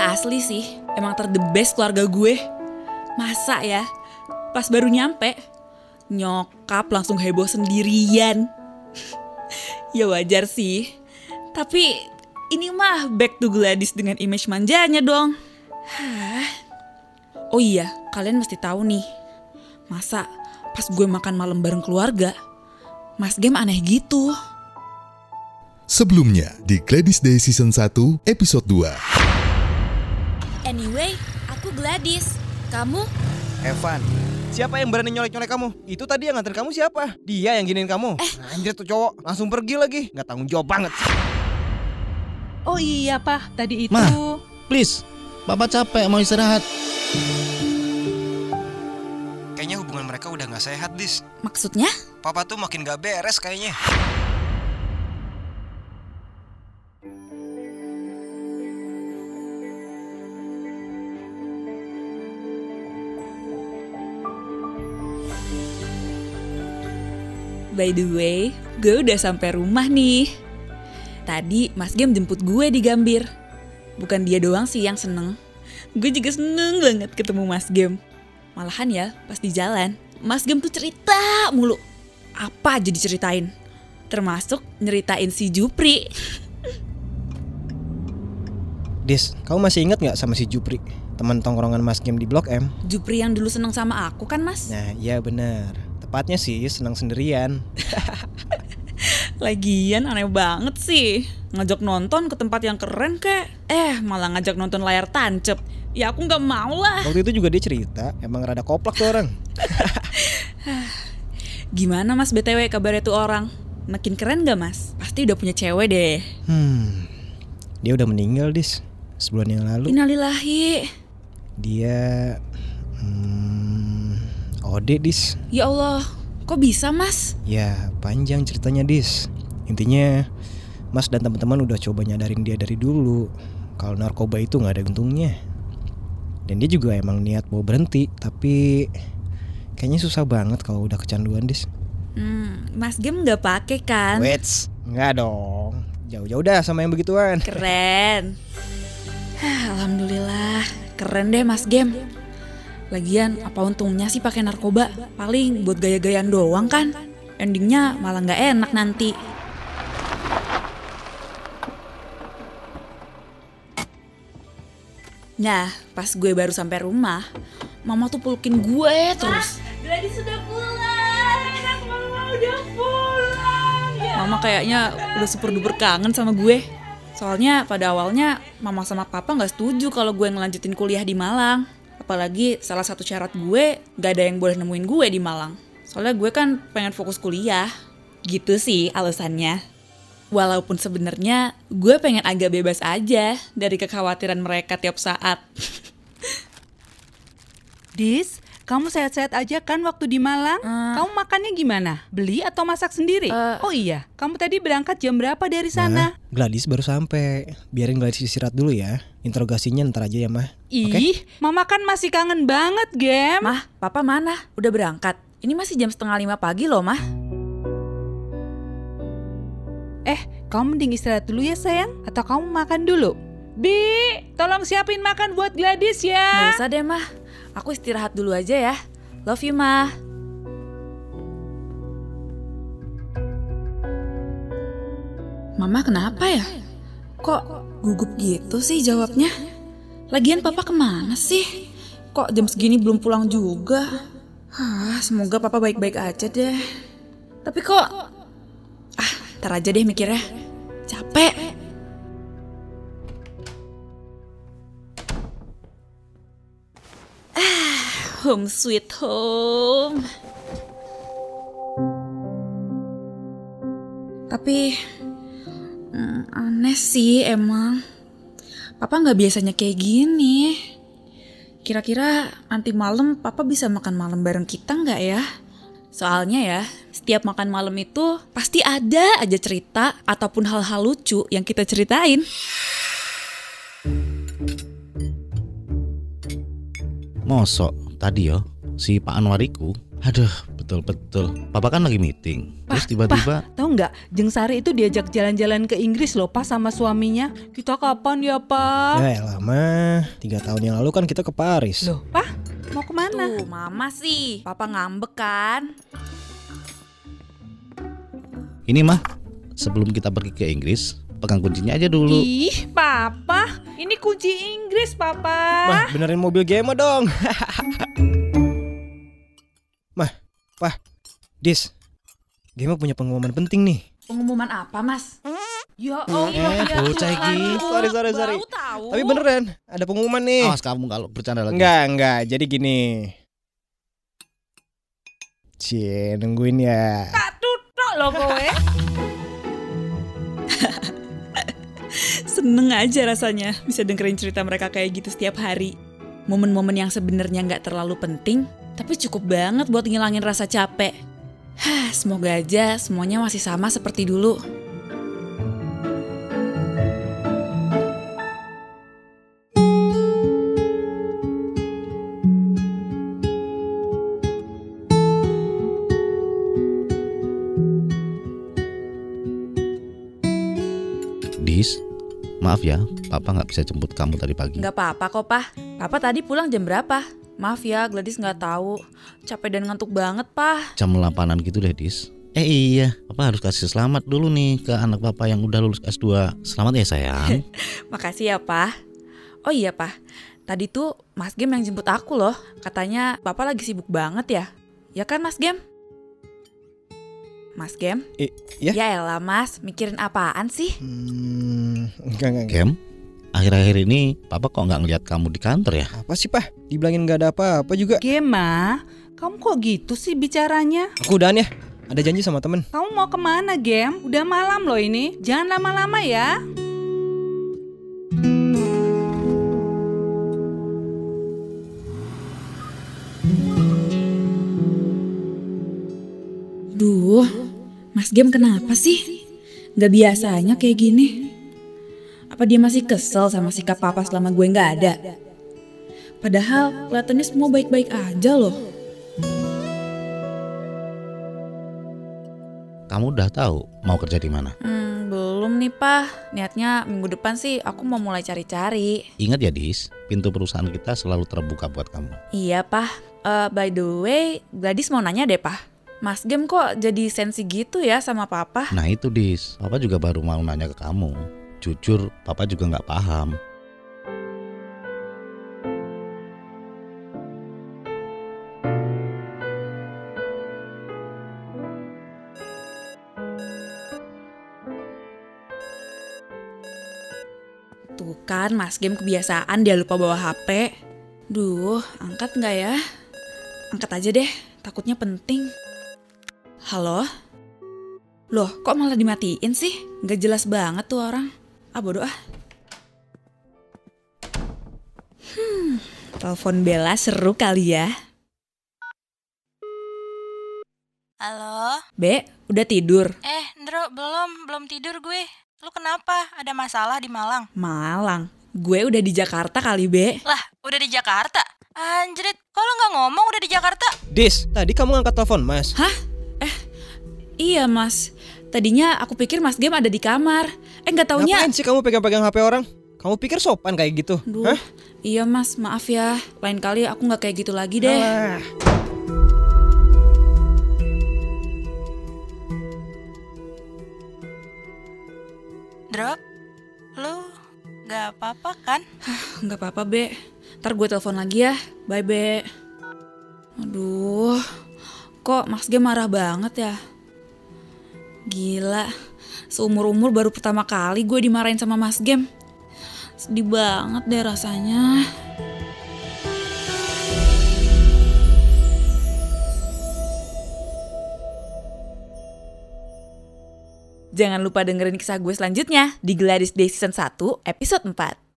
Asli sih, emang the best keluarga gue. Masa ya, pas baru nyampe, nyokap langsung heboh sendirian. Ya wajar sih, tapi ini mah back to Gladys dengan image manjanya dong. Oh iya, kalian mesti tahu nih, masa pas gue makan malam bareng keluarga, Mas Game aneh gitu. Sebelumnya di Gladys Day Season 1 Episode 2. Anyway, aku Gladys. Kamu? Evan, siapa yang berani nyolek-nyolek kamu? Itu tadi yang nganter kamu siapa? Dia yang giniin kamu. Anjir tuh cowok, langsung pergi lagi. Gak tanggung jawab banget. Oh iya Pak, tadi itu. Ma, please, Papa capek mau istirahat. Kayaknya hubungan mereka udah gak sehat, Dis. Maksudnya? Papa tuh makin gak beres kayaknya. By the way, gue udah sampai rumah nih. Tadi Mas Game jemput gue di Gambir. Bukan dia doang sih yang seneng. Gue juga seneng banget ketemu Mas Game. Malahan ya, pas di jalan, Mas Game tuh cerita mulu. Apa aja diceritain. Termasuk nyeritain si Jupri. Dis, kamu masih ingat gak sama si Jupri? Teman tongkrongan Mas Game di Blok M. Jupri yang dulu seneng sama aku kan, Mas? Nah, iya benar. Tepatnya sih senang sendirian. Lagian aneh banget sih. Ngajak nonton ke tempat yang keren kek. Malah ngajak nonton layar tancep. Ya aku gak mau lah. Waktu itu juga dia cerita, emang rada koplak tuh orang. Gimana Mas BTW kabarnya tuh orang? Makin keren gak Mas? Pasti udah punya cewek deh. Dia udah meninggal, Dis. Sebulan yang lalu. Innalillahi. Dia Ode, Dis. Ya Allah, kok bisa Mas? Ya panjang ceritanya, Dis. Intinya Mas dan teman-teman udah coba nyadarin dia dari dulu kalau narkoba itu gak ada untungnya. Dan dia juga emang niat mau berhenti, tapi kayaknya susah banget kalau udah kecanduan, Dis. Mas Game gak pake kan? Wait, enggak dong. Jauh-jauh dah sama yang begituan. Keren. Alhamdulillah, keren deh Mas Game. Lagian apa untungnya sih pakai narkoba? Paling buat gaya-gayaan doang kan? Endingnya malah nggak enak nanti. Nah, pas gue baru sampai rumah, Mama tuh pelukin gue terus. Gladys sudah pulang, anak Mama udah pulang. Ya. Mama kayaknya udah super duper kangen sama gue. Soalnya pada awalnya Mama sama Papa nggak setuju kalau gue ngelanjutin kuliah di Malang. Apalagi salah satu syarat gue gak ada yang boleh nemuin gue di Malang. Soalnya gue kan pengen fokus kuliah. Gitu sih alasannya. Walaupun sebenarnya gue pengen agak bebas aja dari kekhawatiran mereka tiap saat. Dis, kamu sehat-sehat aja kan waktu di Malang? Kamu makannya gimana? Beli atau masak sendiri? Oh iya, kamu tadi berangkat jam berapa dari sana? Gladys baru sampai. Biarin Gladys istirahat dulu ya. Interogasinya ntar aja ya, Mah. Ih, Mama kan masih kangen banget, Gem. Mah, Papa mana? Udah berangkat? Ini masih jam 4:30 pagi loh, Mah. Kamu mending istirahat dulu ya sayang? Atau kamu makan dulu? Bi, tolong siapin makan buat Gladys ya. Gak usah deh, Mah. Aku istirahat dulu aja ya. Love you, Mah. Mama kenapa ya? Kok gugup gitu sih jawabnya? Lagian Papa kemana sih? Kok jam segini belum pulang juga? Semoga Papa baik-baik aja deh. Tapi kok... ntar aja deh mikirnya. Capek. Home sweet home. Tapi aneh sih emang. Papa gak biasanya kayak gini. Kira-kira nanti malam Papa bisa makan malam bareng kita gak ya? Soalnya ya, setiap makan malam itu pasti ada aja cerita ataupun hal-hal lucu yang kita ceritain. Mosok tadi si Pak Anwar iku Aduh, betul. Papa kan lagi meeting. Terus tiba-tiba Tahu nggak, Jeng Sari itu diajak jalan-jalan ke Inggris loh, Pak, sama suaminya. Kita kapan ya, Pak? Ya lama, 3 tahun yang lalu kan kita ke Paris. Loh, Pak, mau kemana? Tuh, mama sih. Papa ngambek kan? ini mah, sebelum kita pergi ke Inggris, pegang kuncinya aja dulu. Ih, Papa, ini kunci Inggris, Papa. Mah, benerin mobil Gema dong. Mah, Pah, Dis, Gema punya pengumuman penting nih. Pengumuman apa, Mas? Ya Allah, ya bocah Tuhan. iki. Sorry. Baru tahu. Tapi beneran, ada pengumuman nih. Awas kamu kalau bercanda lagi. Enggak, jadi gini. Cie, nungguin ya. Tak tutok loh kowe. Seneng aja rasanya bisa dengerin cerita mereka kayak gitu setiap hari. Momen-momen yang sebenarnya nggak terlalu penting, tapi cukup banget buat ngilangin rasa capek. Semoga aja semuanya masih sama seperti dulu. Dis, maaf ya, Papa nggak bisa jemput kamu tadi pagi. Nggak apa-apa kok, Pak. Papa tadi pulang jam berapa? Maaf ya, Gladys nggak tahu. Capek dan ngantuk banget, Pak. Jam 8-an gitu deh, Dis. Iya, Papa harus kasih selamat dulu nih ke anak Papa yang udah lulus S2. Selamat ya sayang. Makasih ya, Pak. Oh iya, Pak. Tadi tuh Mas Gem yang jemput aku loh. Katanya Papa lagi sibuk banget ya. Ya kan, Mas Gem? Mas Gem? Ya? Ya elah, Mas. Mikirin apaan sih? Enggak. Gem, akhir-akhir ini Papa kok nggak ngeliat kamu di kantor ya? Apa sih, Pah? Dibilangin nggak ada apa-apa juga. Gema, kamu kok gitu sih bicaranya? Aku udahan ya. Ada janji sama temen. Kamu mau kemana, Gem? Udah malam loh ini. Jangan lama-lama ya. Duh, Mas Gem kenapa sih? Gak biasanya kayak gini. Apa dia masih kesel sama sikap Papa selama gue gak ada? Padahal kelihatannya semua baik-baik aja loh. Kamu udah tahu mau kerja di mana? Belum nih, Pak. Niatnya minggu depan sih aku mau mulai cari-cari. Ingat ya, Dis, pintu perusahaan kita selalu terbuka buat kamu. Iya, Pak. By the way, Gladys mau nanya deh, Pak. Mas Gem kok jadi sensi gitu ya sama Papa? Nah itu, Dis, Papa juga baru mau nanya ke kamu. Jujur, Papa juga nggak paham. Tuh kan, Mas Gem kebiasaan dia lupa bawa HP. Duh, angkat nggak ya? Angkat aja deh, takutnya penting. Halo? Loh, kok malah dimatiin sih? Nggak jelas banget tuh orang. Bodoh ah. Telepon Bella seru kali ya. Halo? Be, udah tidur? Ndro, belum tidur gue. Lu kenapa? Ada masalah di Malang? Malang? Gue udah di Jakarta kali, Be. Lah, udah di Jakarta? Anjrit, kok lu gak ngomong udah di Jakarta? Dis, tadi kamu ngangkat telepon, Mas. Hah? Iya, Mas. Tadinya aku pikir Mas Gem ada di kamar. Nggak taunya. Ngapain sih kamu pegang-pegang HP orang? Kamu pikir sopan kayak gitu? Duh, Hah? iya Mas, maaf ya. Lain kali aku nggak kayak gitu lagi deh. Alah. Ndro, lu gak apa-apa kan? Nggak apa-apa, Be. Ntar gue telepon lagi ya. Bye, Be. Aduh, kok Mas Gem marah banget ya? Gila, seumur-umur baru pertama kali gue dimarahin sama Mas Gem. Sedih banget deh rasanya. Jangan lupa dengerin kisah gue selanjutnya di Gladys Day Season 1 episode 4.